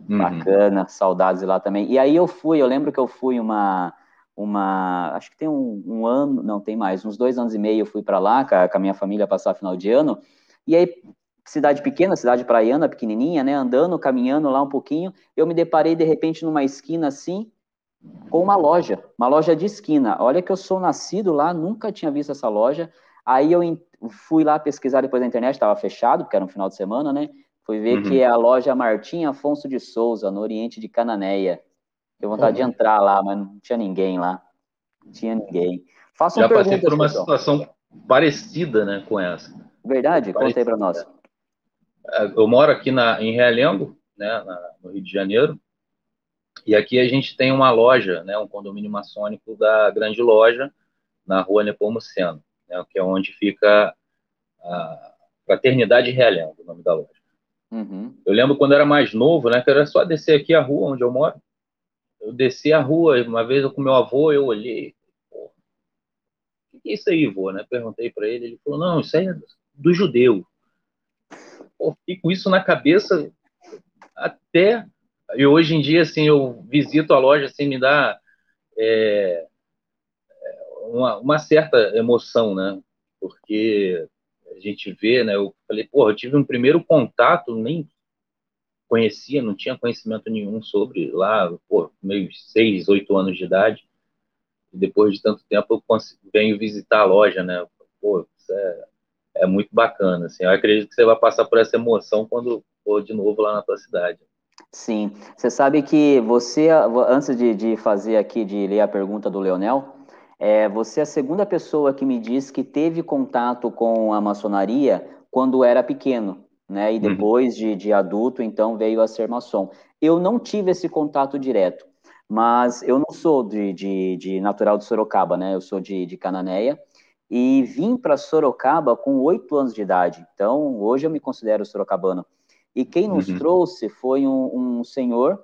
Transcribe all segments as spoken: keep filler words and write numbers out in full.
Uhum. Bacana, saudades de lá também. E aí eu fui, eu lembro que eu fui uma, uma acho que tem um, um ano, não, tem mais, uns dois anos e meio eu fui para lá com a, com a minha família passar final de ano. E aí, cidade pequena, cidade praiana, pequenininha, né? Andando, caminhando lá um pouquinho, eu me deparei de repente numa esquina assim, com uma loja, uma loja de esquina. Olha que eu sou nascido lá, nunca tinha visto essa loja. Aí eu fui lá pesquisar depois na internet, estava fechado, porque era um final de semana, né? Fui ver que Uhum. é a loja Martim Afonso de Souza, no Oriente de Cananéia. Deu vontade de Bom, entrar lá, mas não tinha ninguém lá. Não tinha ninguém. Façam já passei por perguntas, uma pessoal. situação parecida, né, com essa. Verdade? Conta aí para nós. Parecida. Eu moro aqui na, em Realengo, né, na, no Rio de Janeiro, e aqui a gente tem uma loja, né, um condomínio maçônico da Grande Loja, na rua Nepomuceno, né, que é onde fica a Fraternidade Realengo, o nome da loja. Uhum. Eu lembro quando eu era mais novo, né, que era só descer aqui a rua onde eu moro. Eu desci a rua, uma vez eu com meu avô, eu olhei, pô, o que é isso aí, vô, né? Perguntei para ele, ele falou, não, isso aí é do judeu. Pô, fiquei com isso na cabeça até... E hoje em dia, assim, eu visito a loja, assim, me dá é, uma, uma certa emoção, né? Porque a gente vê, né? Eu falei, pô, eu tive um primeiro contato, nem conhecia, não tinha conhecimento nenhum sobre lá, pô, meus seis, oito anos de idade. E depois de tanto tempo eu consigo, venho visitar a loja, né? Pô, isso é, é muito bacana, assim. Eu acredito que você vai passar por essa emoção quando for de novo lá na tua cidade. Sim. Você sabe que você, antes de, de fazer aqui, de ler a pergunta do Leonel, é, você é a segunda pessoa que me diz que teve contato com a maçonaria quando era pequeno, né? E Uhum, depois de, de adulto, então veio a ser maçom. Eu não tive esse contato direto, mas eu não sou de, de, de natural de Sorocaba, né? Eu sou de, de Cananéia e vim para Sorocaba com oito anos de idade. Então, hoje eu me considero sorocabano. E quem nos uhum, trouxe foi um, um senhor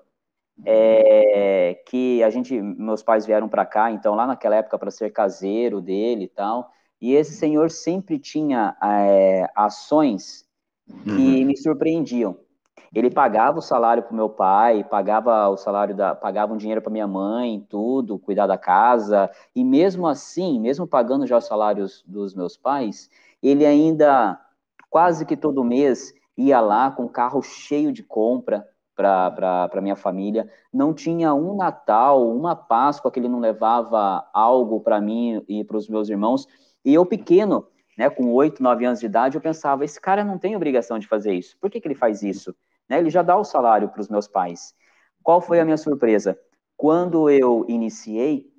é, que a gente, meus pais vieram para cá, então lá naquela época para ser caseiro dele e tal. E esse senhor sempre tinha é, ações que uhum, me surpreendiam. Ele pagava o salário para o meu pai, pagava o salário da, pagava um dinheiro para minha mãe, tudo, cuidar da casa. E mesmo assim, mesmo pagando já os salários dos meus pais, ele ainda quase que todo mês ia lá com o carro cheio de compra para minha família. Não tinha um Natal, uma Páscoa que ele não levava algo para mim e para os meus irmãos. E eu pequeno, né, com oito, nove anos de idade, eu pensava, esse cara não tem obrigação de fazer isso. Por que, que ele faz isso? Né, ele já dá o salário para os meus pais. Qual foi a minha surpresa? Quando eu iniciei,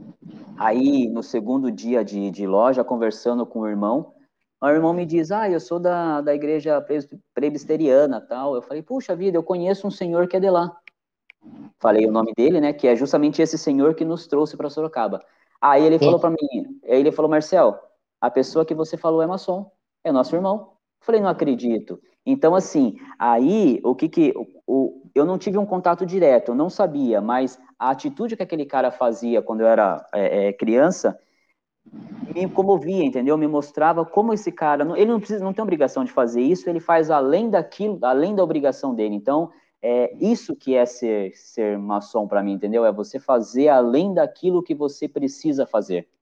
aí no segundo dia de, de loja, conversando com o irmão, o irmão me diz, ah, eu sou da, da igreja presbiteriana, tal. Eu falei, puxa vida, eu conheço um senhor que é de lá. Falei o nome dele, né, que é justamente esse senhor que nos trouxe para Sorocaba. Aí ele falou para mim, aí ele falou, Marcel, a pessoa que você falou é maçom, é nosso irmão. Eu falei, não acredito. Então, assim, aí, o que que, o, o, eu não tive um contato direto, eu não sabia, mas a atitude que aquele cara fazia quando eu era é, é, criança, me comovia, entendeu? Me mostrava como esse cara, ele não precisa, não tem obrigação de fazer isso, ele faz além daquilo, além da obrigação dele. Então, é isso que é ser, ser maçom para mim, entendeu? É você fazer além daquilo que você precisa fazer.